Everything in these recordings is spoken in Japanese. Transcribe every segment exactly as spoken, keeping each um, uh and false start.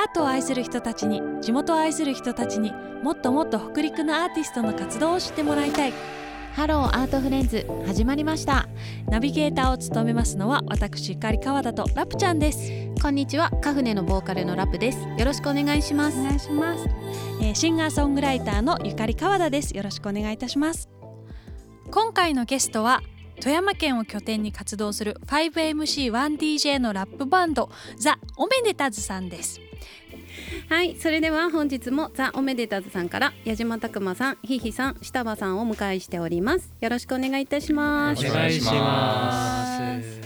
アートを愛する人たちに、地元を愛する人たちにもっともっと北陸のアーティストの活動を知ってもらいたい。 ハローアートフレンズ始まりました。 ナビゲーターを務めますのは私ゆかり川田とラプちゃんです。 こんにちは、カフネのボーカルのラプです。よろしくお願いします。 お願いします、えー、シンガーソングライターのゆかり川田です。よろしくお願いいたします。今回のゲストは富山県を拠点に活動する ファイブエムシーワンディージェー のラップバンドザ・オメデタズさんです。 はい、それでは本日もザ・オメデタズさんから矢島拓馬さん、ひひさん、下場さんをお迎えしております。よろしくお願いいたします。 お願いします。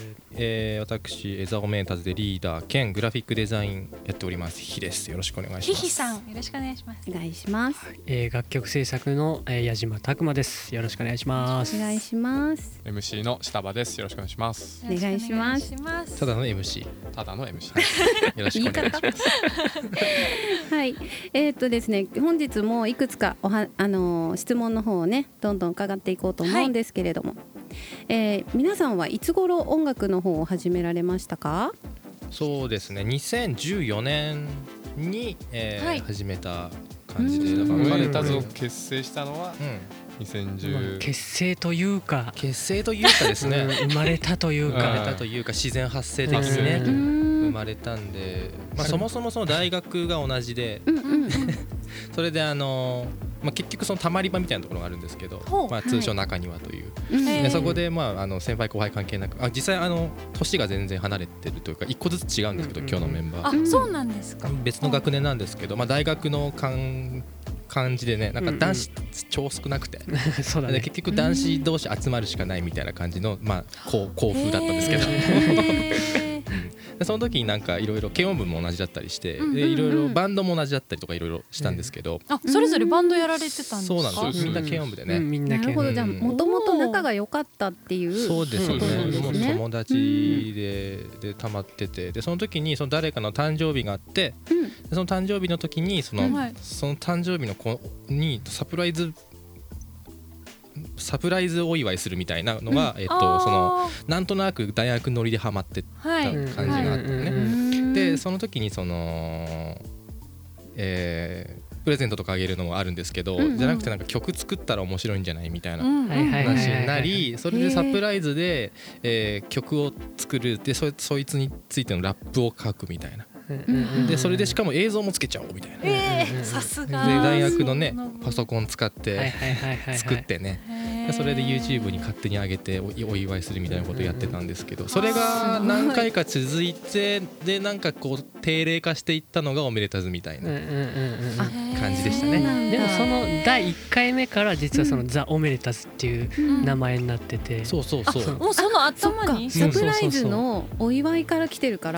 えー、私ザ・オメデタズでリーダー兼グラフィックデザインやっておりますひです。よろしくお願いします。 ひひさん、よろしくお願いします。 お願いします。 はい、えー、楽曲制作の、えー、矢島拓馬です。よろしくお願いします。 お願いします。 エムシー の下場です。よろしくお願いします。 お願いします。 ただの エムシー、 ただの エムシーよろしくお願いしますはい、えー、っとですね本日もいくつかおは、あのー、質問の方をねどんどん伺っていこうと思うんですけれども、はい、えー、皆さんはいつ頃音楽の方を始められましたか？ そうですね、にせんじゅうよねんに、えーはい、始めた感じで、 だからオメデタズを結成したのは、うん、にせんじゅう、 まあ、結成というか結成というかですね生まれたというか生まれたというか自然発生的にね生まれたんで、まあ、そもそもその大学が同じでそれであのまあ、結局そのたまり場みたいなところがあるんですけど、まあ、通称中庭という、はい、でそこで、まあ、あの先輩後輩関係なく、あ実際あの年が全然離れてるというかいっこずつ違うんですけど、うんうん、今日のメンバーあそうなんですか。 別の学年なんですけど、まあ、大学の感感じでね、なんか男子超少なくて、うんうんそうだね、で結局男子同士集まるしかないみたいな感じの、まあ、校風だったんですけどでその時になんかいろいろ軽音部も同じだったりして、いろいろバンドも同じだったりとかいろいろしたんですけど、 うん、あそれぞれバンドやられてたんですか？ そうなんです。みんな軽音部でね、うん、 みんななるほど。じゃあもともと仲が良かったっていうそうですね、もう友達でで溜まってて、でその時にその誰かの誕生日があって、うん、その誕生日の時にその、うん、その誕生日の子にサプライズサプライズお祝いするみたいなのが、うん、えっと、そのなんとなく大学ノリでハマってた感じがあってね、はい、でその時にその、えー、プレゼントとかあげるのもあるんですけど、うんうん、じゃなくてなんか曲作ったら面白いんじゃないみたいな話になり、それでサプライズで、えー、曲を作るで そ, そいつについてのラップを書くみたいな、でそれでしかも映像もつけちゃおうみたいな、 えー、さすがで大学のねパソコン使って作ってね、でそれで YouTube に勝手に上げて お, お祝いするみたいなことをやってたんですけど、それが何回か続いて、でなんかこう定例化していったのがオメデタズみたいな感じでしたね。 でもそのだいいっかいめから実はそのザ・オメデタズっていう名前になってて、 そうそうそう、 もうその頭にサプライズのお祝いから来てるから、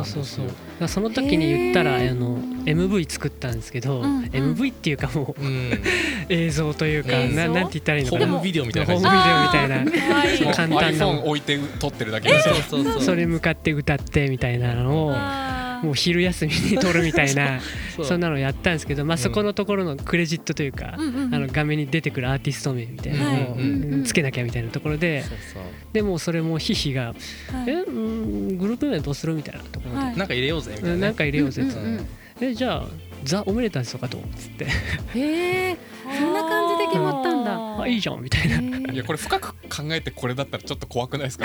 そうそうそう、その時に言ったらあの エムブイ 作ったんですけど、うん、エムブイ っていうかもう、うん、映像というかな、なんて言ったらいいのかな、 ホームビデオみたいな感じ、 ホームビデオみたいな簡単な iPhone 置いて撮ってるだけで、 そうそうそう、それ向かって歌ってみたいなのをもう昼休みに撮るみたいなそんなのやったんですけど、まあ、そこのところのクレジットというか、うん、あの画面に出てくるアーティスト名みたいなのをつけなきゃみたいなところで、でもそれもヒヒが、はい、えうんグループ名どうするみたいなところで、 はい、なんか入れようぜみたいな、ね、 なんか入れようぜって、うんうん、えじゃあザ・オメデタズとかどうっつってへえそんな感じで決まったんだ。 あいいじゃんみたいな。 いやこれ深く考えてこれだったらちょっと怖くないですか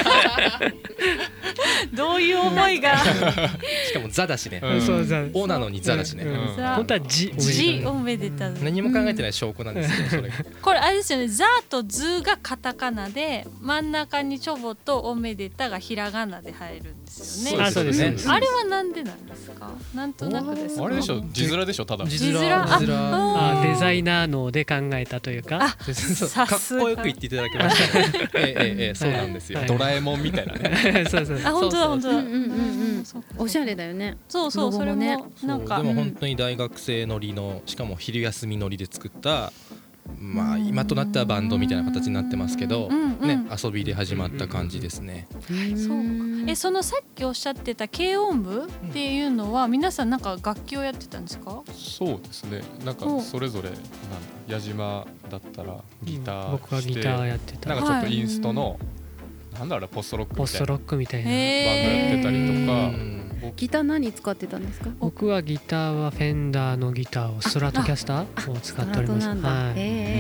どういう思いがしかもザだしね、うん、そうザオなのにザだしね、うんうん、本当はジオメデタズ、 何も考えてない証拠なんですけど、それこれあれですよね、ザとズがカタカナで真ん中にチョボとオメデタがひらがなで入るんですよね。 あ、そうですね。 あれはなんでなんですか？なんとなくですか？ あれでしょ、字面でしょ、ただ字面、 あデザイナーので考えたというか、 あかっこよく言っていただきましたね。ええええそうなんですよ、 ドラえもんみたいなねそうそう、 あ本当だ本当だ、 おしゃれだよね。 そうそう、それもなんかでも本当に大学生乗りの、しかも昼休み乗りで作った、まあ今となってはバンドみたいな形になってますけど、ね、遊びで始まった感じですね。 そうか。えそのさっきおっしゃってた軽音部っていうのは皆さんなんか楽器をやってたんですか？ そうですね、なんかそれぞれなん矢島だったらギターして、 僕はギターやってた、 なんかちょっとインストのなんだろうポストロックみたいなポストロックみたいなバンドやってたりとか、 ギター何使ってたんですか？ 僕はギターはフェンダーのギターをストラトキャスターを使っております。 はい、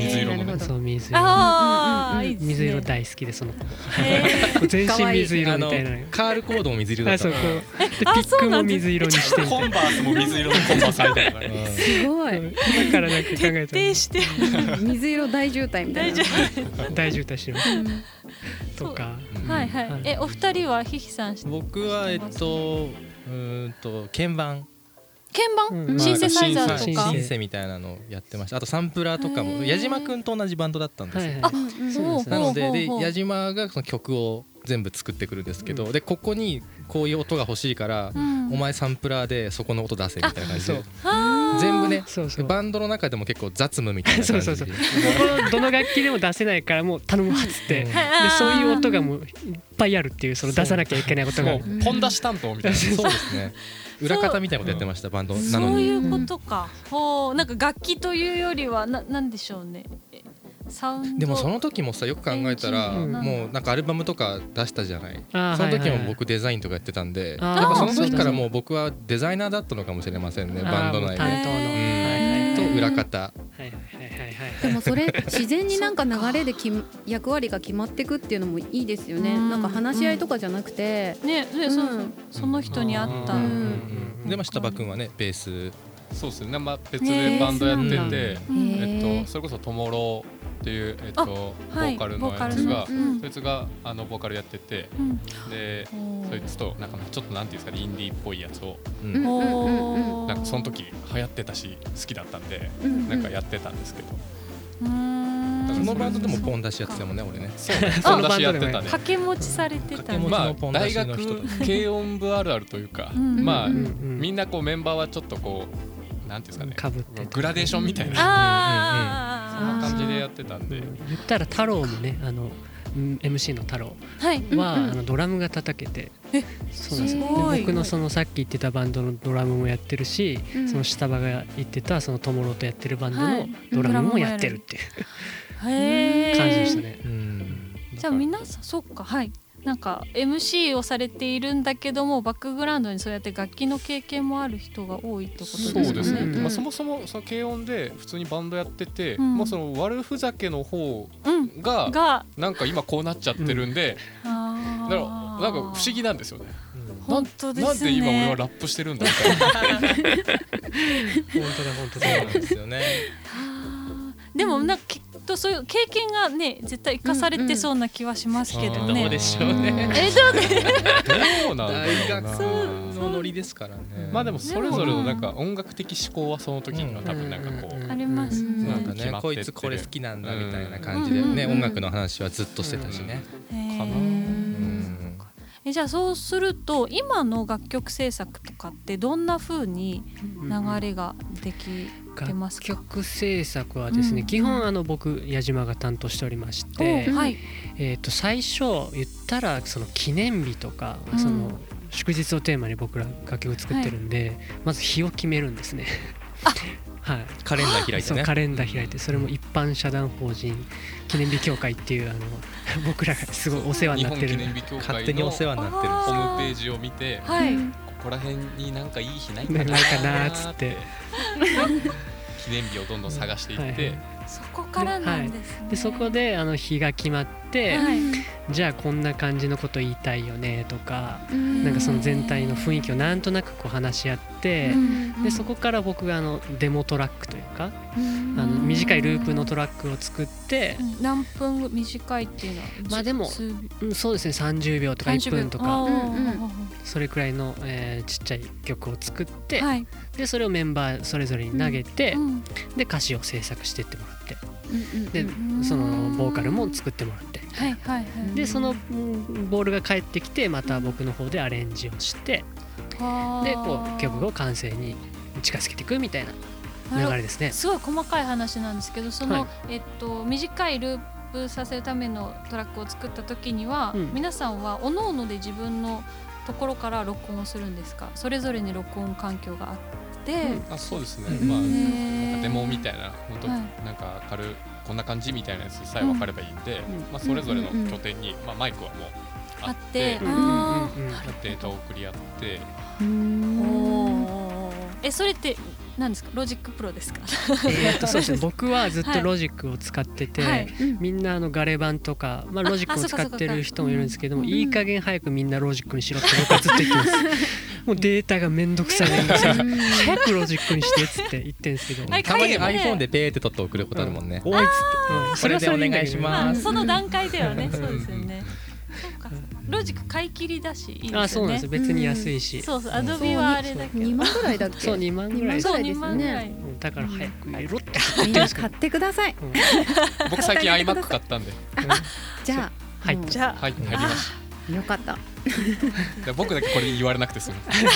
水色のね。 そう水色。 あー、 水色大好きでその子。全身水色みたいな。 カールコードも水色だった。 あ、そうこう。でピックも水色にしてコンバースも水色のコンバースみたいな。 すごい。 だからなんか考えた。 徹底して水色大渋滞みたいな。 大渋滞してる。とか。 はいはい。え、お二人はひひさん。 僕はえっとうーんと鍵盤。 鍵盤、シンセサイザーとかシンセみたいなのをやってました。あとサンプラーとかも矢島くんと同じバンドだったんですよ。 あ、 そうなのでで矢島がその曲を全部作ってくるんですけど、でここにこういう音が欲しいから、お前サンプラーでそこの音出せみたいな感じで全部ね、バンドの中でも結構雑務みたいな感じで、そうそうそう、 ここどの楽器でも出せないからもう頼むはっつってでそういう音がもういっぱいあるっていう、その出さなきゃいけないことがポン出し担当みたいな。 そうですね、裏方みたいなことやってました、バンドなのに。 そういうことか。ほう、なんか楽器というよりはな、なんでしょうね、サウンド。 でもその時もさ、よく考えたらもうなんかアルバムとか出したじゃない。その時も僕デザインとかやってたんで、やっぱその時からもう僕はデザイナーだったのかもしれませんね、バンド内でと裏方。 でもそれ自然になんか流れでき役割が決まっていくっていうのもいいですよね。なんか話し合いとかじゃなくてね、その人に合った。 でも下場くんはねベース。 そうですね、まあ別でバンドやってて、えっとそれこそトモロっていうえっとボーカルのやつが、そいつがあのボーカルやってて、でそいつとなんかちょっとなんていうんですかね、インディーっぽいやつをなんかその時流行ってたし好きだったんでなんかやってたんですけど。 そのバンドでもポン出しやってたもんね、俺ね。 そうね、ポン出しやってたね。 掛け持ちされてた。 まあ大学軽音部あるあるというか、まあみんなこうメンバーはちょっとこうなんていうんですかね、グラデーションみたいな、そんな感じでやってたんで。 言ったら太郎もね、あの エムシー の太郎はあのドラムが叩けて、そうですね、僕のそのさっき言ってたバンドのドラムもやってるし、その下場が言ってたそのトモロとやってるバンドのドラムもやってるっていう感じでしたね。 じゃあ皆さん、そっか、はい、なんか エムシー をされているんだけどもバックグラウンドにそうやって楽器の経験もある人が多いってことですね。 そうですね、まあ、そもそもその軽音で普通にバンドやってて、うん、まあ、その悪ふざけの方が、うん、がなんか今こうなっちゃってるんで、うん、だからなんか不思議なんですよね。 本当ですね。 なんで今俺はラップしてるんだみたいな。本当だ本当そうなんですよね。 でもなんかきっとそういう経験がね絶対生かされてそうな気はしますけどね。 どうでしょうね。 え、どうでどうなんだろうな。 大学のノリですからね。 まあでもそれぞれのなんか音楽的思考はその時には多分なんかこうありますね。 なんかね、こいつこれ好きなんだみたいな感じでね、音楽の話はずっとしてたしね。 かな。 え、じゃあそうすると今の楽曲制作とかってどんな風に流れができてますか？ 楽曲制作はですね、うん、基本あの僕矢島が担当しておりまして、はい、えー、と最初言ったらその記念日とか、うん、その祝日をテーマに僕ら楽曲作ってるんで、はい、まず日を決めるんですね。はい、 カレンダー開いてね。 そうカレンダー開いて、それも一般社団法人記念日協会っていうあの僕らがすごいお世話になってる、 日本記念日協会の勝手にお世話になってるホームページを見て、はい、ここら辺になんかいい日ないかなないかなっつって記念日をどんどん探していって、はい、 そこからなんですね。 はい、でそこであの日が決まって、はい、じゃあこんな感じのこと言いたいよねとか、なんかその全体の雰囲気をなんとなくこう話し合って、でそこから僕があのデモトラックというか、あの短いループのトラックを作って、 何分短いっていうのはまあでもそうですね、さんじゅうびょうとかいっぷんとかそれくらいの、えー、ちっちゃい曲を作って、はい、でそれをメンバーそれぞれに投げて、うん、で歌詞を制作していってもらって、でそのボーカルも作ってもらって、はいはいはい、でそのボールが返ってきてまた僕の方でアレンジをして、でこう曲を完成に近づけていくみたいな流れですね。 すごい細かい話なんですけど、その、はい、えっと、短いループさせるためのトラックを作った時には、うん、皆さんは各々で自分のところから録音をするんですか？それぞれに録音環境があって、 うん、あ、そうですね、うん、まあなんかデモみたいな本当、はい、なんか軽こんな感じみたいなやつさえ分かればいいんで、うん、まあ、それぞれの拠点に、まあ、マイクはもうあって、 あデータを送り合って、 おえそれって何ですか？ロジックプロですか？ えーとそうですね、僕はずっとロジックを使ってて、はい、みんなあのガレ版とか、まあ、ロジックを使ってる人もいるんですけども、いい加減早くみんなロジックにしろって僕はずっと言ってますもうデータがめんどくさいめんどくさい早くロジックにしてっつって言ってるんですけど、 たまに iPhone でペーって取って送ることあるもんね、 多いっつって、 それでお願いします。 その段階ではね、そうですよね。そうか、ロジック買い切りだしいいですよね。 あ、そうなんです、別に安いし、 そうそう、アドビはあれだけどにまんぐらいだっけ？ そうにまんぐらい、 そうにまんぐらい、 だから早く入れろってみんな買ってください。 僕最近 iMac 買ったんで、 じゃあはい、 じゃあはい、入りました。よかった。 僕だけこれ言われなくて済む。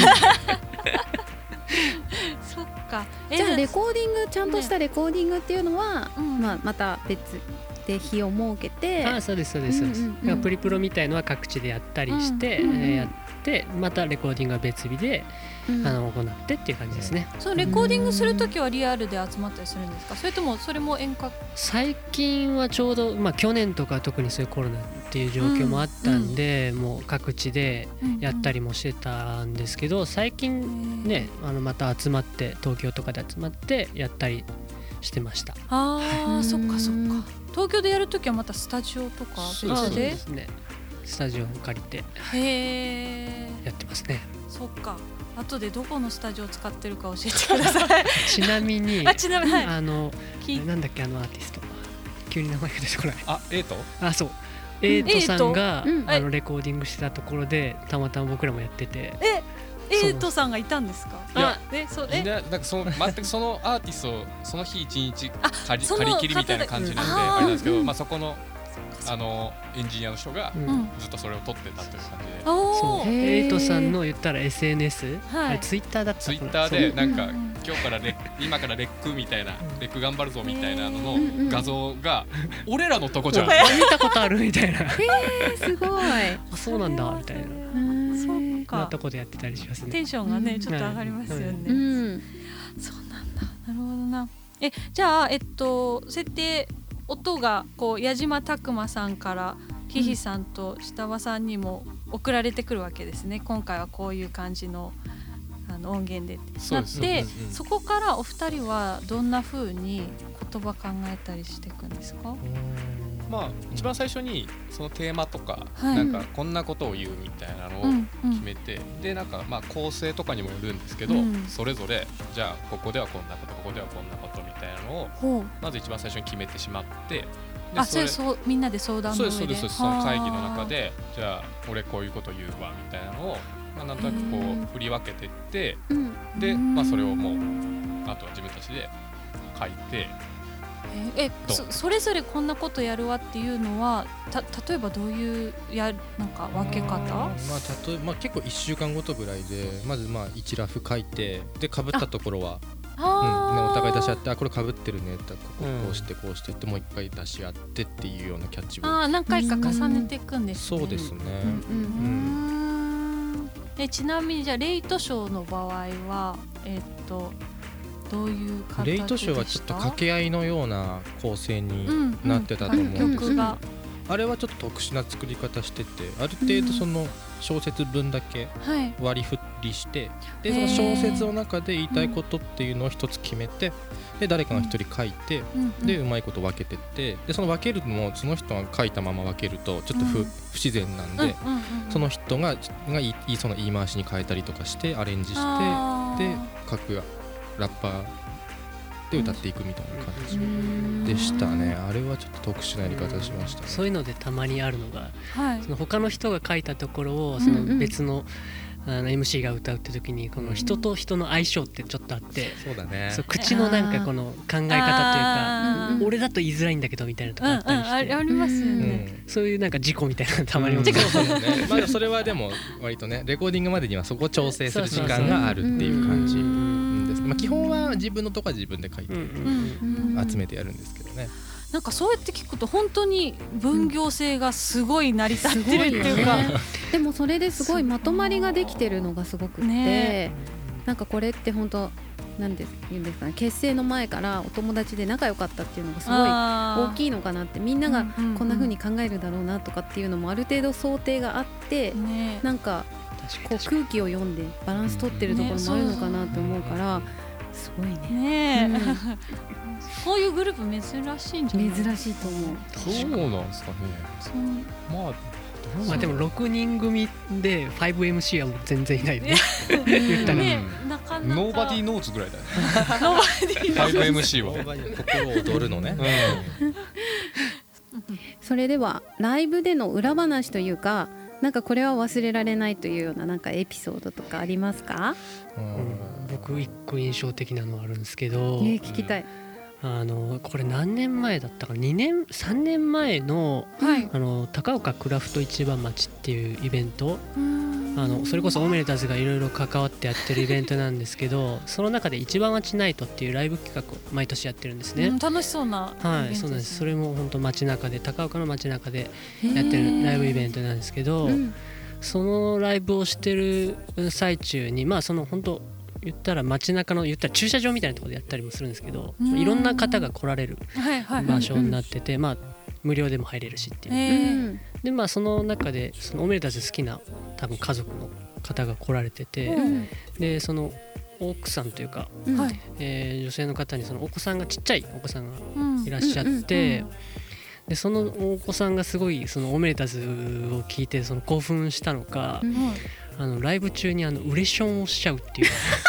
そっか。 じゃあレコーディング、ちゃんとしたレコーディングっていうのは、まあまた別で日を設けて、 あ、そうですそうですそうです、うんうん、プリプロみたいのは各地でやったりして、うんうんうん、やってまたレコーディングは別日で、うん、あの行ってっていう感じですね。 そのレコーディングするときはリアルで集まったりするんですか？それともそれも遠隔？ 最近はちょうど、まあ、去年とか特にそういうコロナっていう状況もあったんで、うんうん、もう各地でやったりもしてたんですけど、最近ね、あのまた集まって東京とかで集まってやったりしてました。 あー、はい、そっかそっか。東京でやるときはまたスタジオとか別で、そうですね、スタジオを借りてやってますね。 そっか。後でどこのスタジオを使ってるか教えてください。 ちなみにあ、ちなみに、はい、 あのなんだっけ、あのアーティスト、急に名前が出てこない。 あ、エイト？ あ、そう、エイトさんが、うん、あのレコーディングしてたところでたまたま僕らもやってて。 えエイトさんがいたんですか？ いや、え、そう、え、なんかその全くそのアーティストをその日一日借り借り切りみたいな感じなんで、あれなんですけど、まあそこのあのエンジニアの人がずっとそれを撮ってたという感じで、 そう、エイトさんの言ったら エスエヌエス、はい、ツイッターだったかな、 ツイッターでなんか今日からレ今からレックみたいな、レック頑張るぞみたいなのの画像が俺らのとこじゃん、見たことあるみたいな、 へー、すごい、 あ、そうなんだみたいな、 そっか、 なとこでやってたりしますね。 テンションがね、ちょっと上がりますよね、うんうん、そうなんだ、なるほどな。え、じゃあ、えっと設定音がこう矢島拓馬さんからひひさんと下場さんにも送られてくるわけですね。今回はこういう感じの、あの音源でってなって、そこからお二人はどんな風に言葉考えたりしていくんですか？ まあ、一番最初にそのテーマとか、はい、なんかこんなことを言うみたいなのを決めて、うんうん、でなんかまあ構成とかにもよるんですけど、うん、それぞれじゃあここではこんなことここではこんなことみたいなのをまず一番最初に決めてしまって、 あ、それそうみんなで相談の上で、 そうですそうです、その会議の中でじゃあ俺こういうこと言うわみたいなのを、まあ、なんとなくこう振り分けていって、で、まあ、それをもうあとは自分たちで書いて、 ええ そ, それぞれこんなことやるわっていうのはた例えばどういうやなんか分け方？ まあ例えまあ、結構いっしゅうかんごとぐらいでまずまあいちラフ書いて、で被ったところはうんね、お互い出し合って、あ、これ被ってるねって、こここうしてこうしてって、もう一回出し合ってっていうようなキャッチボール、 あ、何回か重ねていくんですね。 そうですね、うんうんうん、えちなみにじゃあレイトショーの場合はえー、っとどういう形でした？ レイトショーはちょっと掛け合いのような構成になってたと思うんです、うんうん、 曲があれはちょっと特殊な作り方してて、ある程度その小説分だけ割り振りして、うん、でその小説の中で言いたいことっていうのを一つ決めて、で誰かが一人書いて、うん、でうまいこと分けてって、でその分けるのもその人が書いたまま分けるとちょっと 不,、うん、不自然なんで、うんうんうん、その人がが言いその言い回しに変えたりとかしてアレンジして、で各ラッパーで歌っていくみたいな感じでしたね。あれはちょっと特殊なやり方しましたね。 そういうのでたまにあるのが、 はい、 その他の人が書いたところをその別の、うんうん、あの エムシー が歌うって時にこの人と人の相性ってちょっとあって、 うん、そうだね、 そう口のなんかこの考え方というか、俺だと言いづらいんだけどみたいなとかあったりして、 うんうん、ありますよね、 うん、そういうなんか事故みたいなのたまにも、 うん、そうだね、まあそれはでも割とねレコーディングまでにはそこを調整する時間があるっていう感じです。まあ基本は自分のとこは自分で書いて集めてやるんですけどね。 なんかそうやって聞くと本当に分業制がすごい成り立ってるっていうか、 うんね、でもそれですごいまとまりができてるのがすごくて、ね、 なんかこれって本当なんて言うんですかね、結成の前からお友達で仲良かったっていうのがすごい大きいのかなって、みんながこんな風に考えるだろうなとかっていうのもある程度想定があって、ね、なんかこう空気を読んでバランス取ってるところもあるのかなと思うから、すごいね。ね、うん、 こういうグループ珍しいんじゃない？ 珍しいと思う。 そうなんですかね。まあまあでもろくにん組で ファイブエムシー はもう全然いないよね。言ったら、ね、 なかなかノーバディーノーズぐらいだよ。 ノーバディーノーズファイブエムシー は心を踊るのね。うん、 それではライブでの裏話というか、なんかこれは忘れられないというようななんかエピソードとかありますか？ うん、僕一個印象的なのあるんですけど、 ね、聞きたい。 あのこれ何年前だったかにねんさんねんまえ の,、はい、あの高岡クラフト市場町っていうイベント、あのそれこそオメレタズがいろいろ関わってやってるイベントなんですけど、その中で一番町ナイトっていうライブ企画を毎年やってるんですね。 うん、楽しそうなイベントですね。 はい、そうなんです。それも本当街中で、高岡の街中でやってるライブイベントなんですけど、うん、そのライブをしてる最中に、まあその本当言ったら街中の言ったら駐車場みたいなところでやったりもするんですけど、いろんな方が来られる場所になってて、まあ無料でも入れるしっていう。でまあその中でそのオメレタズ好きな多分家族の方が来られてて、うん、でその奥さんというか、うん、えー、女性の方にそのお子さんがちっちゃいお子さんがいらっしゃって、でそのお子さんがすごいそのオメレタズを聞いてその興奮したのか、うん、あのライブ中にあのウレションをしちゃうっていう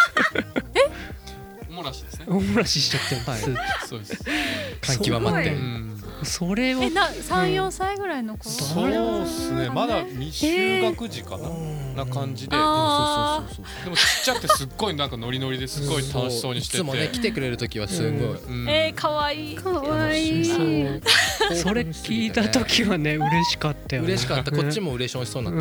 おもらしですね。 おもらししちゃってます、 はい、そうです。 感極まって、 それをえなさん、よんさいぐらいの子、 そうですね、まだ未就学児かな、な感じで、でもちっちゃくてすっごいなんかノリノリですごい楽しそうにしてて、いつもね来てくれる時はすごい、 うん、えー、かわいいかわいい。 それ聞いた時はね嬉しかったよね。 嬉しかった。こっちも嬉しそうになった、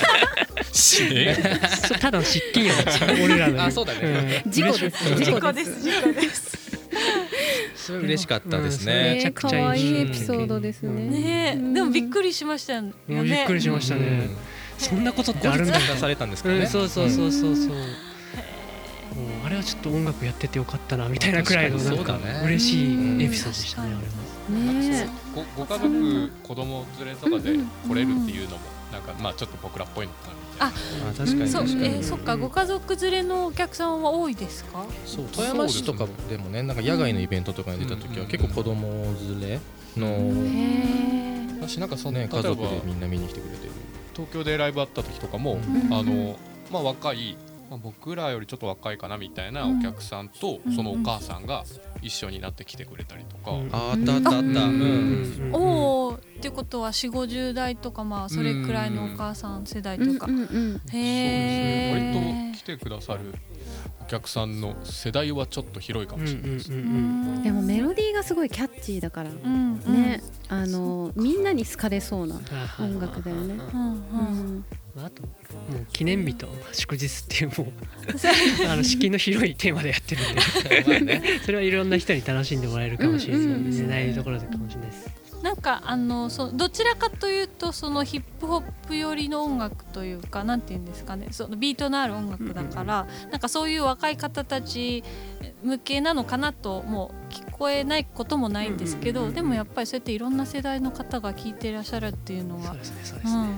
うん、ただの失禁やね俺らの。 あ、そうだね、 うん、事故です事故です事故ですそれ嬉しかったですね。 めちゃくちゃいいエピソードですね。 ね、うん、でもびっくりしましたよね。 びっくりしましたね、うん、そんなことってあるんだ。 出されたんですかね、 うん、そうそうそうそうそう、うん、あれはちょっと音楽やっててよかったなみたいなくらいのなんか嬉しいエピソードでしたね、あれは。 ね、 ご, ご家族子供連れとかで来れるっていうのもなんかまあちょっと僕らっぽいのかなみたいな。 あ、確かに確かに。えー、そっか、ご家族連れのお客さんは多いですか？ そう、富山市とかでもね、なんか野外のイベントとかに出た時は結構子供連れの私なんかそのね、家族でみんな見に来てくれてる。 東京でライブあった時とかも、うん、あのまあ若い、まあ、僕らよりちょっと若いかなみたいなお客さんとそのお母さんが一緒になって来てくれたりとか、うん、 あったあったあった、うん、 おおってことはよんじゅう、ごじゅう代とか、まあそれくらいのお母さん世代とか、うんうんうん、へえ、割と来てくださるお客さんの世代はちょっと広いかもしれないです、うんうんうん、 でもメロディーがすごいキャッチーだから、うんうん、ね、あのみんなに好かれそうな音楽だよね、うんうん、 あともう記念日と祝日っていうもうあの敷居の広いテーマでやってるんでそれはいろんな人に楽しんでもらえるかもしれないところでかもしれないです。 なんかあのそどちらかというとそのヒップホップ寄りの音楽というか、なんていうんですかね、そのビートのある音楽だから、うんうん、なんかそういう若い方たち向けなのかなともう聞こえないこともないんですけど、うんうんうんうん、でもやっぱりそうやっていろんな世代の方が聴いていらっしゃるっていうのは、そうですねそうですね、うんうん、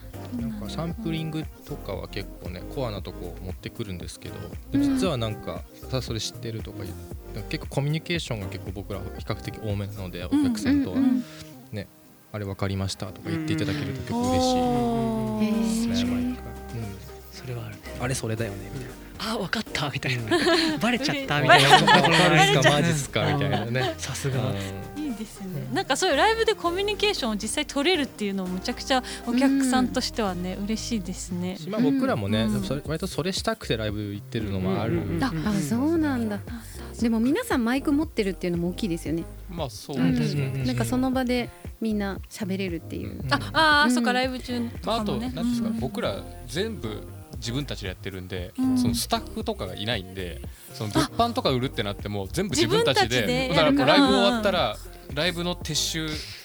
なんかサンプリングとかは結構ねコアなとこ持ってくるんですけど、実はなんかさそれ知ってるとか言って結構コミュニケーションが結構僕ら比較的多めなので、お客さんとは、うんうんうん、ね、あれ分かりましたとか言っていただけると結構嬉しいですね、毎回、うん、 それはあるね。 あれそれだよねみたいな、 あ分かったみたいなバレちゃったみたいな分かるんすかマジっすかみたいなね、 さすがいいですね。なんかそういうライブでコミュニケーションを実際取れるっていうのもむちゃくちゃお客さんとしてはね、うん、嬉しいですね。 まあ、僕らもね、うん、それ割とそれしたくてライブ行ってるのもある、うんうん、 ああそうなんだ。でも皆さんマイク持ってるっていうのも大きいですよね。 まあそうですね、 うん、なんかその場でみんな喋れるっていう、 うん、ああ、うん、そっかライブ中とかもね、 まあ、あと何ですか、うん、僕ら全部自分たちでやってるんで、うん、そのスタッフとかがいないんで、その物販とか売るってなっても全部自分たちで、だからもうライブ終わったらライブの撤収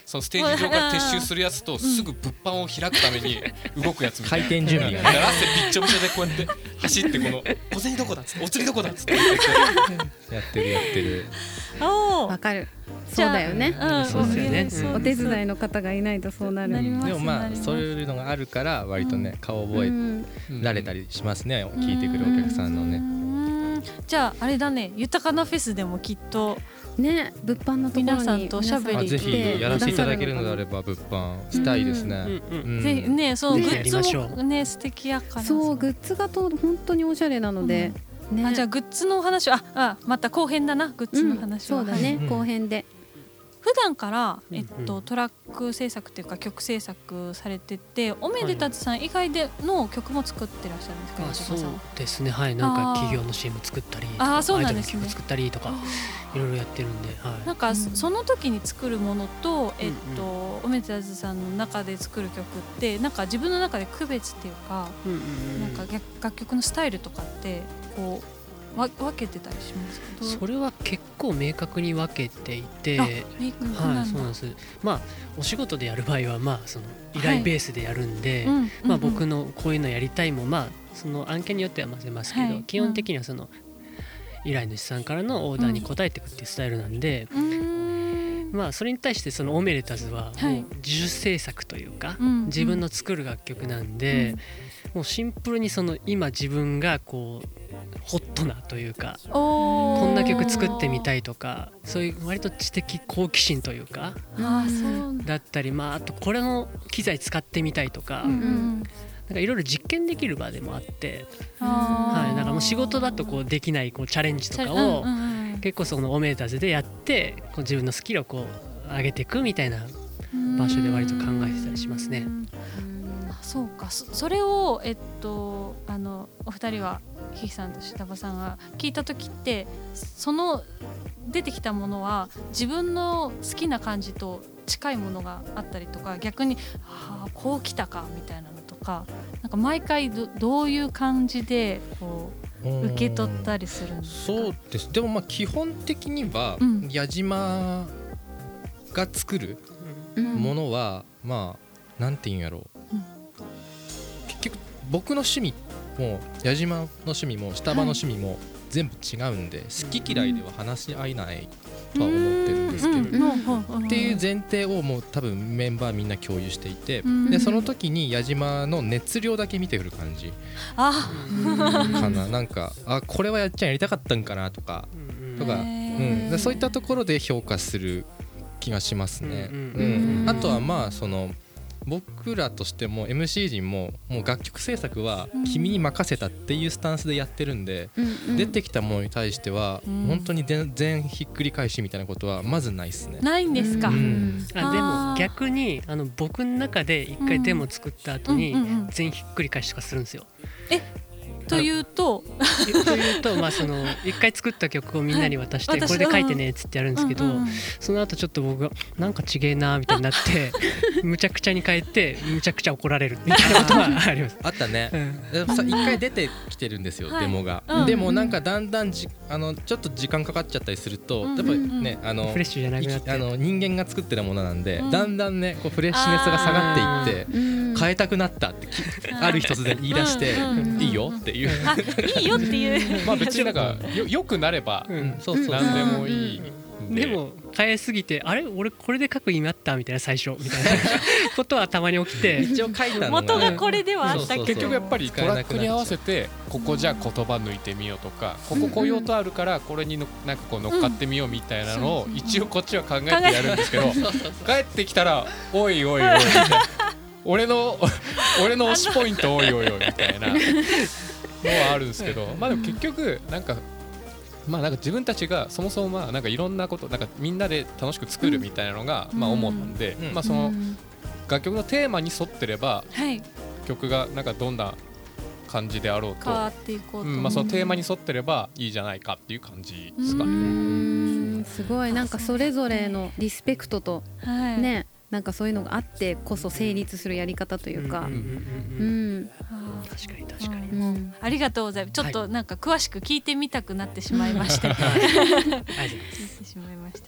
そのステージ上から撤収するやつとすぐ物販を開くために動くやつみたいな、 回転準備がね汗びっちょびちょでこうやって走ってこの小銭どこだっつってお釣りどこだっつってやってるやってる。 わかる。そうだよね、 うん、そうですよね、 お手伝いの方がいないとそうなる。 なりますでもまあそういうのがあるから割とね、うん、顔覚えられたりしますね、うん、聞いてくるお客さんのね。 じゃああれだね、豊かなフェスでもきっとね、物販のところに皆さんとおしゃべりぜひやらせていただけるのであれば物販したいですね。 ぜひね、そうグッズもね素敵やから。 そうグッズがと本当におしゃれなので、 うんね、あじゃあグッズのお話はああまた後編だな、グッズの話は、 うん、そうだね、 はい、 後編で。 普段から、えっと、トラック制作というか曲制作されてて、おめでたつさん以外での曲も作ってらっしゃるんですか、 あそうですね、はい、なんか企業の シーエム 作ったりとか、 あそうなんですね、 アイドルの曲作ったりとかいろいろやってるんで、はい、 なんか、うん、その時に作るものと、えっとうんうん、おめでたつさんの中で作る曲ってなんか自分の中で区別っていうか、うんうんうん、なんか楽曲のスタイルとかってこう分けてたりしますか？ それは結構明確に分けていて、 明確なんだ。 はい、そうなんです。まあお仕事でやる場合はまあその依頼ベースでやるんで、はい、まあ僕のこういうのやりたいもまあその案件によっては混ぜますけど、はい、基本的にはその依頼主さんからのオーダーに応えていくっていうスタイルなんで、うん、まあそれに対してそのオメレタズはもう自主制作というか、はい、自分の作る楽曲なんで、うん、もうシンプルにその今自分がこうホットなというかこんな曲作ってみたいとか、そういう割と知的好奇心というかだったり、まああとこれの機材使ってみたいとか、うんうん、なんかいろいろ実験できる場でもあって、はい、なんかもう仕事だとこうできないこうチャレンジとかを結構そのオメーターズでやってこう自分のスキルをこう上げていくみたいな場所で割と考えてたりしますね。 そうか、 そ, それを、えっと、あのお二人はひきさんと下場さんが聞いた時ってその出てきたものは自分の好きな感じと近いものがあったりとか、逆にあこう来たかみたいなのとか、なんか毎回 ど, どういう感じでこう受け取ったりするんですか？ そうです。でもまあ基本的には、うん、矢島が作るものは、うん、まあなんていうんやろう、うん、結局僕の趣味も矢島の趣味も下場の趣味も全部違うんで、はい、好き嫌いでは話し合えないとは思ってるんですけど、っていう前提をもう多分メンバーみんな共有していて、でその時に矢島の熱量だけ見てくる感じあかな。なんかあこれはやっちゃんやりたかったんかなとかとか、うん、でそういったところで評価する気がしますね。うんうん、あとはまあその僕らとしても エムシー 陣ももう楽曲制作は君に任せたっていうスタンスでやってるんで、うんうん、出てきたものに対しては本当に全ひっくり返しみたいなことはまずないですね。 ないんですか？うん、 あでも逆にあの僕の中で一回デモ作った後に全ひっくり返しとかするんですよ。 えというとというとまあその一回作った曲をみんなに渡してこれで書いてねっつってやるんですけど、その後ちょっと僕がなんかちげえなみたいになってむちゃくちゃに変えてむちゃくちゃ怒られるみたいなことはあります。 あったね。一回出てきてるんですよデモが。でもなんかだんだんじあのちょっと時間かかっちゃったりするとやっぱりねあのフレッシュじゃなくなってあの人間が作ってるものなんでだんだんねこうフレッシュネスが下がっていって変えたくなったってある日突然言い出していいよっていうあいいよっていうまあ別になんかよよくなれば何でもいい。 でも変えすぎてあれ俺これで書く意味あったみたいな最初みたいなことはたまに起きて一応書いたのが元がこれではあったけど結局やっぱりトラックに合わせてここじゃ言葉抜いてみようとかこここういう音あるからこれにのなんかこう乗っかってみようみたいなのを一応こっちは考えてやるんですけど帰ってきたらおいおいおい俺の俺の推しポイントおいおいおいみたいなのはあるんですけど、まあでも結局なんかまあなんか自分たちがそもそもまあなんかいろんなことなんかみんなで楽しく作るみたいなのがまあ主なんで、まあその楽曲のテーマに沿ってれば曲がなんかどんな感じであろうと変わっていこうと、 まあそのテーマに沿ってればいいじゃないかっていう感じですかね。うーんすごいなんかそれぞれのリスペクトとねなんかそういうのがあってこそ成立するやり方というか、うん、 確かに確かに、 うん、ありがとうございます。ちょっとなんか詳しく聞いてみたくなってしまいまして、はい、聞いてしまいましたけど、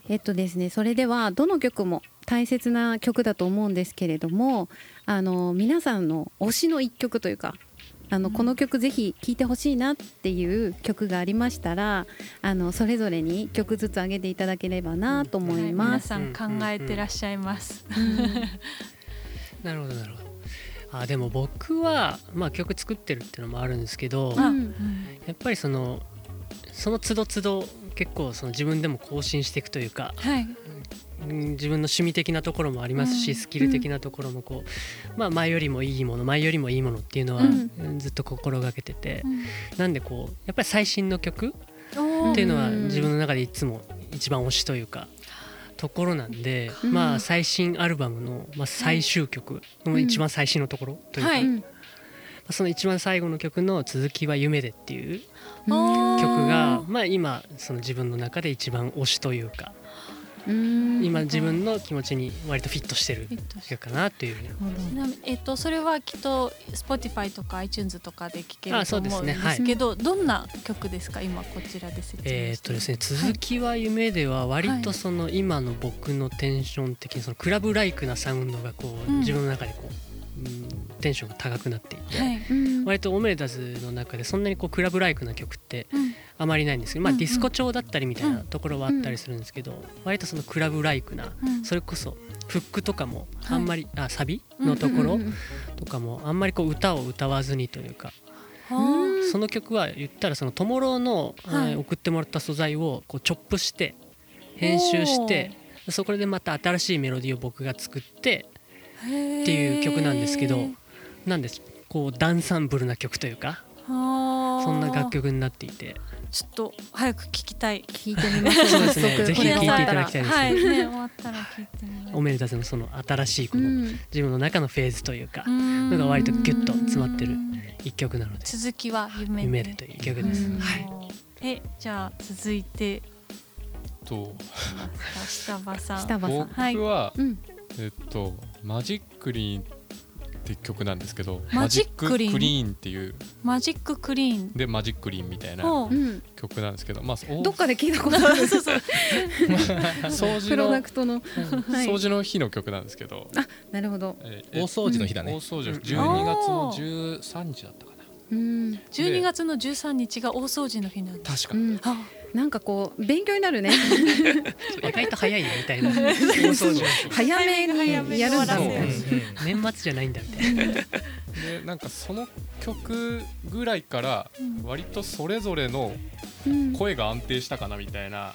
えっとですねそれではどの曲も大切な曲だと思うんですけれども、あの皆さんの推しの一曲というか、あのこの曲ぜひ聴いてほしいなっていう曲がありましたら、あのそれぞれに曲ずつ上げていただければなと思います、 はい、皆さん考えてらっしゃいます、 うんうんうん、なるほどなるほど。あでも僕は、まあ、曲作ってるっていうのもあるんですけど、うん、やっぱりそのその都度都度結構その自分でも更新していくというか、はい、自分の趣味的なところもありますし、うん、スキル的なところもこう、まあ、前よりもいいもの前よりもいいものっていうのはずっと心がけてて、うん、なんでこうやっぱり最新の曲っていうのは自分の中でいつも一番推しというかところなんで、うん、まあ最新アルバムの、まあ、最終曲の一番最新のところというか、はい、その一番最後の曲の続きは夢でっていう曲が、まあ、今その自分の中で一番推しというか、うん今自分の気持ちに割とフィットしてる曲かなっていう。 ちなみに、えっと、それはきっと Spotify とか iTunes とかで聴けると思うんですけど、どんな曲ですか今こちらで説明して。 えーっとですね、続きは夢では割とその今の僕のテンション的にそのクラブライクなサウンドがこう自分の中でこう、うん、テンションが高くなっていて、はい、割とオメレタズの中でそんなにこうクラブライクな曲ってあまりないんですけど、まあ、ディスコ調だったりみたいなところはあったりするんですけど、割とそのクラブライクな、それこそフックとかもあんまり、あサビのところとかもあんまりこう歌を歌わずにというか、その曲は言ったらそのトモローの、はい、送ってもらった素材をこうチョップして編集して、そこでまた新しいメロディーを僕が作ってっていう曲なんですけど、なんですこうダンサンブルな曲というか、そんな楽曲になっていて、 ちょっと早く聞きたい。 聞いてみます。そうですね。ぜひ聞いていただきたいですね。 はい、ね、終わったら聞いてみます。 オメレタズのその新しいこの自分の中のフェーズというか、のが割とギュッと詰まってる一曲なので。 続きは夢で。 夢でという曲です。はい。 え、じゃあ続いてと下場さん。 下場さん。 僕は、えっとマジックリーンって曲なんですけど、 マジッククリーンっていうマジッククリーンでマジックリーンみたいな曲なんですけど、まあどっかで聞いたことある。そうそう。 掃除のプロダクトの掃除の日の曲なんですけど、 あ、なるほど。 大掃除の日だね。 大掃除のじゅうにがつのじゅうさんにちだったかな。 うん。じゅうにがつのじゅうさんにちが大掃除の日なんだ。 確かに。 なんかこう勉強になるね。 意外と早いねみたいな。早めにやるんだもん。 年末じゃないんだみたいな。 でなんかその曲ぐらいから割とそれぞれの声が安定したかなみたいな。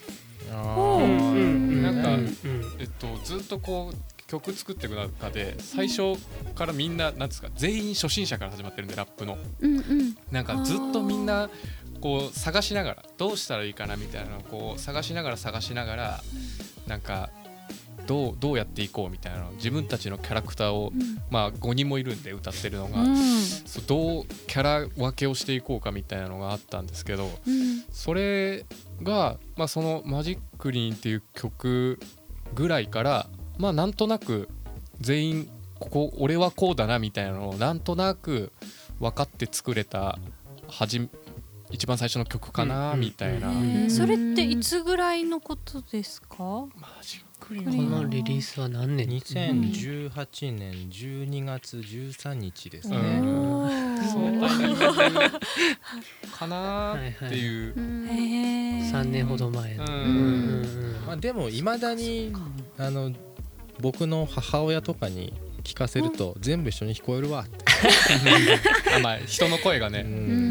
なんかえっとずっとこう曲作っていく中で最初からみんななんですか全員初心者から始まってるんでラップの。なんかずっとみんなこう探しながらどうしたらいいかなみたいなのをこう探しながら探しながらなんかどうどうやっていこうみたいなの自分たちのキャラクターを、うん、まあごにんもいるんで歌ってるのが、うん、そうどうキャラ分けをしていこうかみたいなのがあったんですけど、うん、それが、まあ、そのマジックリーンっていう曲ぐらいからまあなんとなく全員ここ俺はこうだなみたいなのをなんとなく分かって作れたはじ一番最初の曲かなみたいな、うんうん、それっていつぐらいのことですか？ マジックリーンこのリリースは何年？ にせんじゅうはちねんじゅうにがつじゅうさんにちですね。 そうかなっていう、 はいはい、さんねんほど前の、うんうんまあ、でもいまだにあの僕の母親とかに聞かせると全部一緒に聞こえるわってあ、まあ、人の声がね、うん、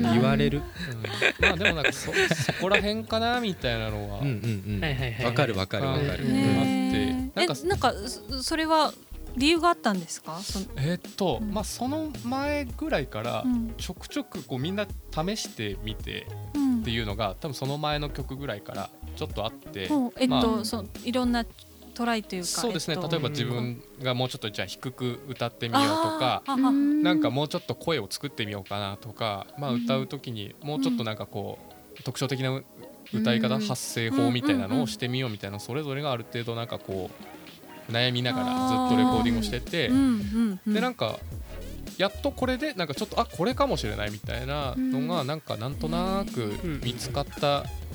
言われる、 うん、まあでもなんか そ, そこら辺かなみたいなのはわかるわかるわかる、うん、 あってなんかえなんかそれは理由があったんですか？そえー、っと、うんまあ、その前ぐらいからちょくちょくこうみんな試してみてっていうのが多分その前の曲ぐらいからちょっとあって、 うん、えっと、まあ、そいろんなトライというかそうですね、えっと、例えば自分がもうちょっとじゃあ低く歌ってみようとかなんかもうちょっと声を作ってみようかなとか、まあ、歌う時にもうちょっとなんかこう特徴的な歌い方発声法みたいなのをしてみようみたいなそれぞれがある程度なんかこう悩みながらずっとレコーディングをしててでなんかやっとこれでなんかちょっとあこれかもしれないみたいなのがなんかなんとなく見つかった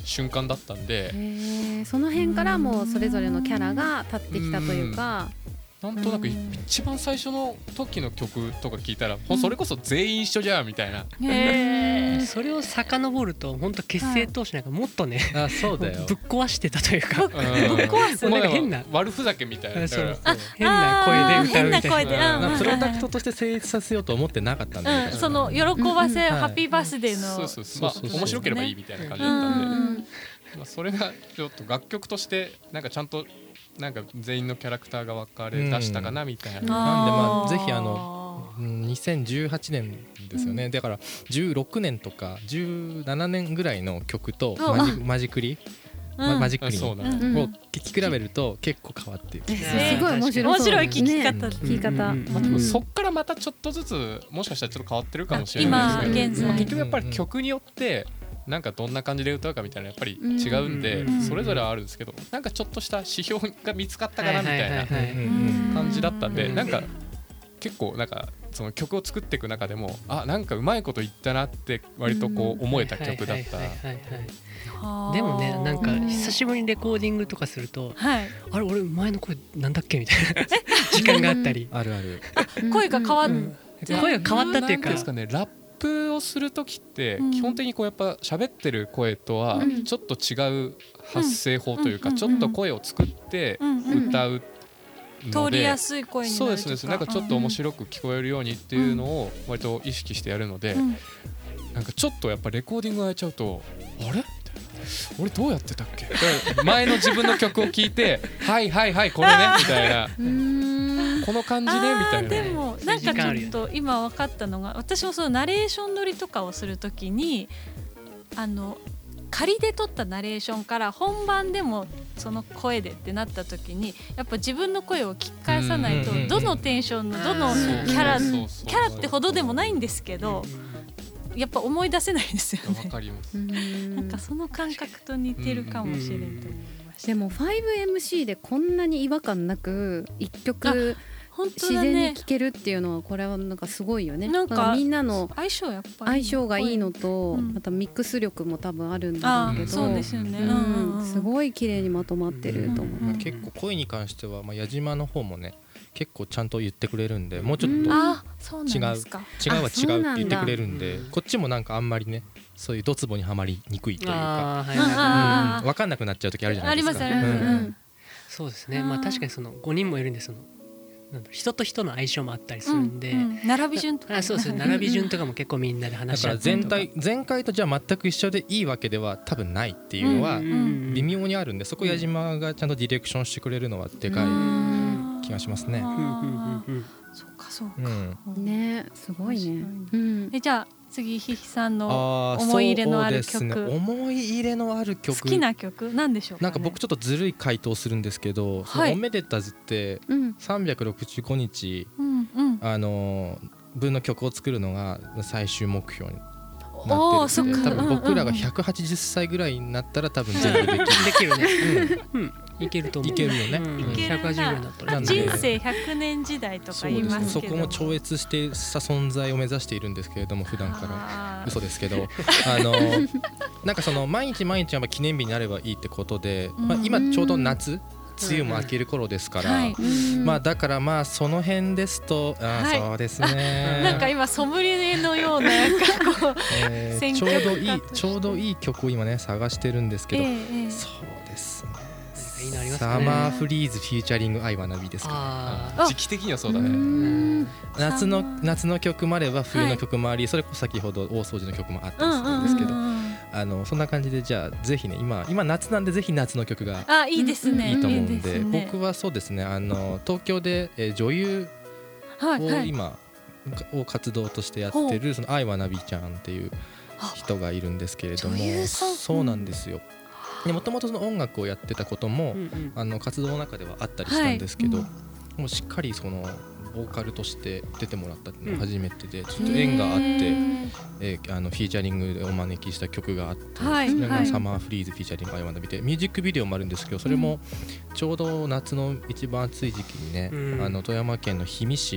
瞬間だったんで、 へその辺からもうそれぞれのキャラが立ってきたというか、 なんとなく一番最初の時の曲とか聞いたら、うん、それこそ全員一緒じゃんみたいな。 へそれを遡ると本当結成当初なんかもっとね、 はい、あそうだよぶっ壊してたというか、 ぶっ壊すなんか変な悪ふざけみたいな、 そう変な声で歌うみたいな、 なプロダクトとして成立させようと思ってなかったんだけど、 うん、その喜ばせ、うん、ハッピーバースデーの、 そうそうそう、まあ、面白ければいいみたいな感じだったんで、うん、まあ、それがちょっと楽曲としてなんかちゃんとなんか全員のキャラクターが分かれ出したかなみたいな、うん、 なんでまあぜひあのにせんじゅうはちねんですよね、うん、だからじゅうろくねんとかじゅうななねんぐらいの曲とマジ、マジクリ、うん、マジクリを聴き比べると結構変わっている、 すごい面白い、 面白い聴き方、 ね、聞き方、 まあ、多分そっからまたちょっとずつもしかしたらちょっと変わってるかもしれないですけど、まあ、結局やっぱり曲によってなんかどんな感じで歌うかみたいなやっぱり違うんで、それぞれはあるんですけど、なんかちょっとした指標が見つかったかなみたいな感じだったんで、なんか結構なんかその曲を作っていく中でも、あ、なんかうまいこと言ったなって割とこう思えた曲だった。 でもね、なんか久しぶりにレコーディングとかすると、はい、あれ俺前の声なんだっけみたいな時間があったり、 あるある、 声が変わっ、うん、 声が変わったっていうか、 ですかね、ラップをする時って基本的にこうやっぱ喋ってる声とはちょっと違う発声法というか、ちょっと声を作って歌う通りやすい声になるとか、 そうですね、なんかちょっと面白く聞こえるようにっていうのを割と意識してやるので、なんかちょっとやっぱレコーディングがやっちゃうと、あれ俺どうやってたっけ前の自分の曲を聴いてはいはいはいこれねみたいなこの感じねみたいな。 でもなんかちょっと今分かったのが、私もそのナレーション撮りとかをするときに、あの仮で撮ったナレーションから本番でもその声でってなった時に、やっぱ自分の声を聞き返さないとどのテンションのどのキャラキャラってほどでもないんですけど、やっぱ思い出せないですよね。 わかります。 なんかその感覚と似てるかもしれんと思いました。 でも ファイブエムシー でこんなに違和感なく一曲自然に聴けるっていうのは、これはなんかすごいよね。なんかみんなの相性やっぱり相性がいいのと、またミックス力も多分あるんだろうけど、 そうですよね、 うん、すごい綺麗にまとまってると思う。 結構声に関しては、まあ、矢島の方もね結構ちゃんと言ってくれるんで、もうちょっと違う、違うは違うって言ってくれるんで、こっちもなんかあんまりねそういうドツボにはまりにくいというか、分かんなくなっちゃう時あるじゃないですか。 ありますあります、うん、 そうですね。まあ確かにそのごにんもいるんで、その人と人の相性もあったりするんで、うんうん、 並び順とか、 あ、そうですね、並び順とかも結構みんなで話し合ってとか、 だから全体前回とじゃあ全く一緒でいいわけでは多分ないっていうのは微妙にあるんで、そこ矢島がちゃんとディレクションしてくれるのはでかい気がしますね。 そうかそうか、 うん、ね、すごいね。 うん、えじゃあ次ひひさんの思い入れのある曲、 ね、思い入れのある曲、 好きな曲なんでしょうかね。 なんか僕ちょっとずるい回答するんですけど、はい、そのおめでたずってさんびゃくろくじゅうごにち、うんうん、あの分の曲を作るのが最終目標になってるので、多分僕らがひゃくはちじゅっさいぐらいになったら多分全部できるできるね、うんうん、いけると思う。 いけるよね、 うん、ひゃくはちじゅうぐらいになったら人生ひゃくねん時代とか言いますけど、 そこも超越してした存在を目指しているんですけれども、普段から嘘ですけどあのなんかその毎日毎日やっぱ記念日になればいいってことで、まあ、今ちょうど夏梅雨も明ける頃ですから、はい、まあだからまあその辺ですと、あ、はい、そうですねなんか今ソムリエのようなこう、 えー、ちょうどいいちょうどいい曲を今ね探してるんですけど、えー、そうですね、 いいのありますね。 サマーフリーズフィーチャリングアイワナビですか、 ね、時期的にはそうだね。 夏の夏の曲もあれば冬の曲もあり、はい、それこそ先ほど大掃除の曲もあったりするんですけど、あのそんな感じで、じゃあぜひね、今今夏なんでぜひ夏の曲があいいですね、 いいと思うんで、僕はそうですね、あの東京で、えー、女優を今、はいはい、を活動としてやってるそのアイワナビちゃんっていう人がいるんですけれども、そうなんですよ。もともと音楽をやってたことも、うんうん、あの活動の中ではあったりしたんですけど、はい、うん、もうしっかりそのボーカルとして出てもらったのが初めてで、うん、ちょっと縁があって、えー、あのフィーチャリングでお招きした曲があって、はい、それがサマーフリーズフィーチャリングアイワナビで、ミュージックビデオもあるんですけど、それもちょうど夏の一番暑い時期にね、うん、あの富山県の氷見市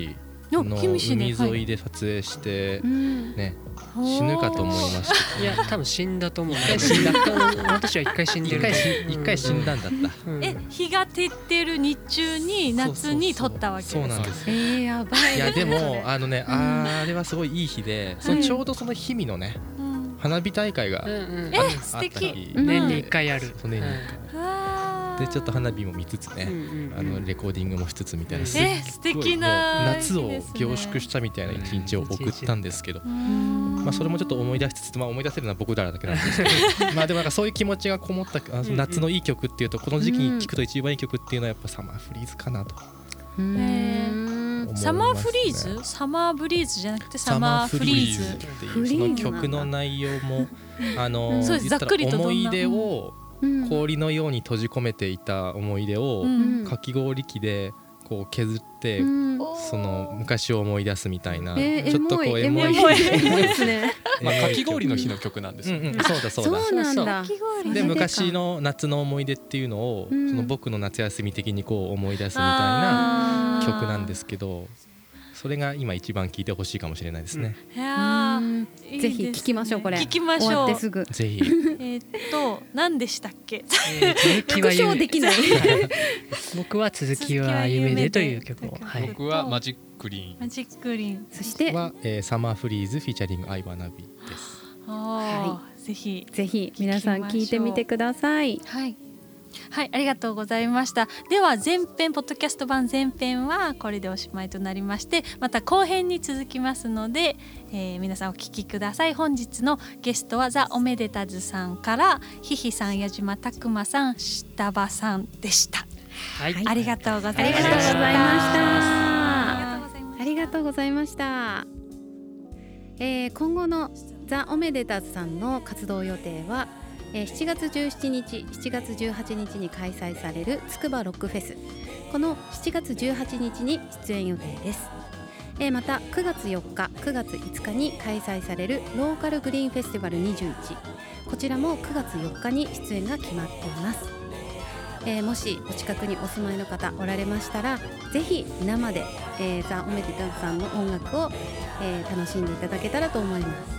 の海沿いで撮影して、はいね、死ぬかと思いました。 いや多分死んだと思う。死んだ。私は一回死んでる。 一回死んだんだった。 え、日が照ってる日中に夏に撮ったわけですか。 そうなんです。 えー、やばい。 いやでもあのね、あれはすごいいい日で、そのちょうどその日々のね、花火大会があった日、 年にいっかいある。 年にいっかい。でちょっと花火も見つつね、あのレコーディングもしつつみたいな、すっごい素敵な夏を凝縮したみたいな一日を送ったんですけど、まあそれもちょっと思い出しつつ、まあ思い出せるのは僕らだけなんですけど、まあでもなんかそういう気持ちがこもった夏のいい曲っていうと、この時期に聴くと一番いい曲っていうのはやっぱサマーフリーズかなと。 サマーフリーズ、サマーブリーズじゃなくてサマーフリーズっていうその曲の内容もあのそうです、ざっくりと思い出を氷のように閉じ込めていた思い出をかき氷機でこう削ってその昔を思い出すみたいな、ちょっとこうエモいですね。 まあかき氷の日の曲なんですよ。 そうだそうだ。 そうなんだ。 で昔の夏の思い出っていうのをその僕の夏休み的にこう思い出すみたいな曲なんですけど、それが今一番聴いてほしいかもしれないですね。 いやぜひ聴きましょう。これ聴きましょう。 終わってすぐぜひ。 えっと何でしたっけ。 復唱できない。 僕は続きは夢でという曲を。 僕はマジックリーン。 マジックリーン。 そしてはサマーフリーズフィーチャリングアイワナビです。 はい。ぜひぜひ皆さん聞いてみてください。 はい。はい、ありがとうございました。では前編ポッドキャスト版前編はこれでおしまいとなりまして、また後編に続きますので、えー、皆さんお聞きください。本日のゲストはザ・おめでたずさんからひひさん、矢島拓馬さん、下場さんでした。はい、ありがとうございました。 ありがとうございました。えー、今後のザ・おめでたずさんの活動予定はしちがつじゅうしちにち、しちがつじゅうはちにちに開催されるつくばロックフェス、このしちがつじゅうはちにちに出演予定です。えー、またくがつよっか、くがついつかに開催されるローカルグリーンフェスティバルにじゅういち、こちらもくがつよっかに出演が決まっています。えー、もしお近くにお住まいの方おられましたら、ぜひ生で、えー、ザ・おめでたずさんの音楽を、えー、楽しんでいただけたらと思います。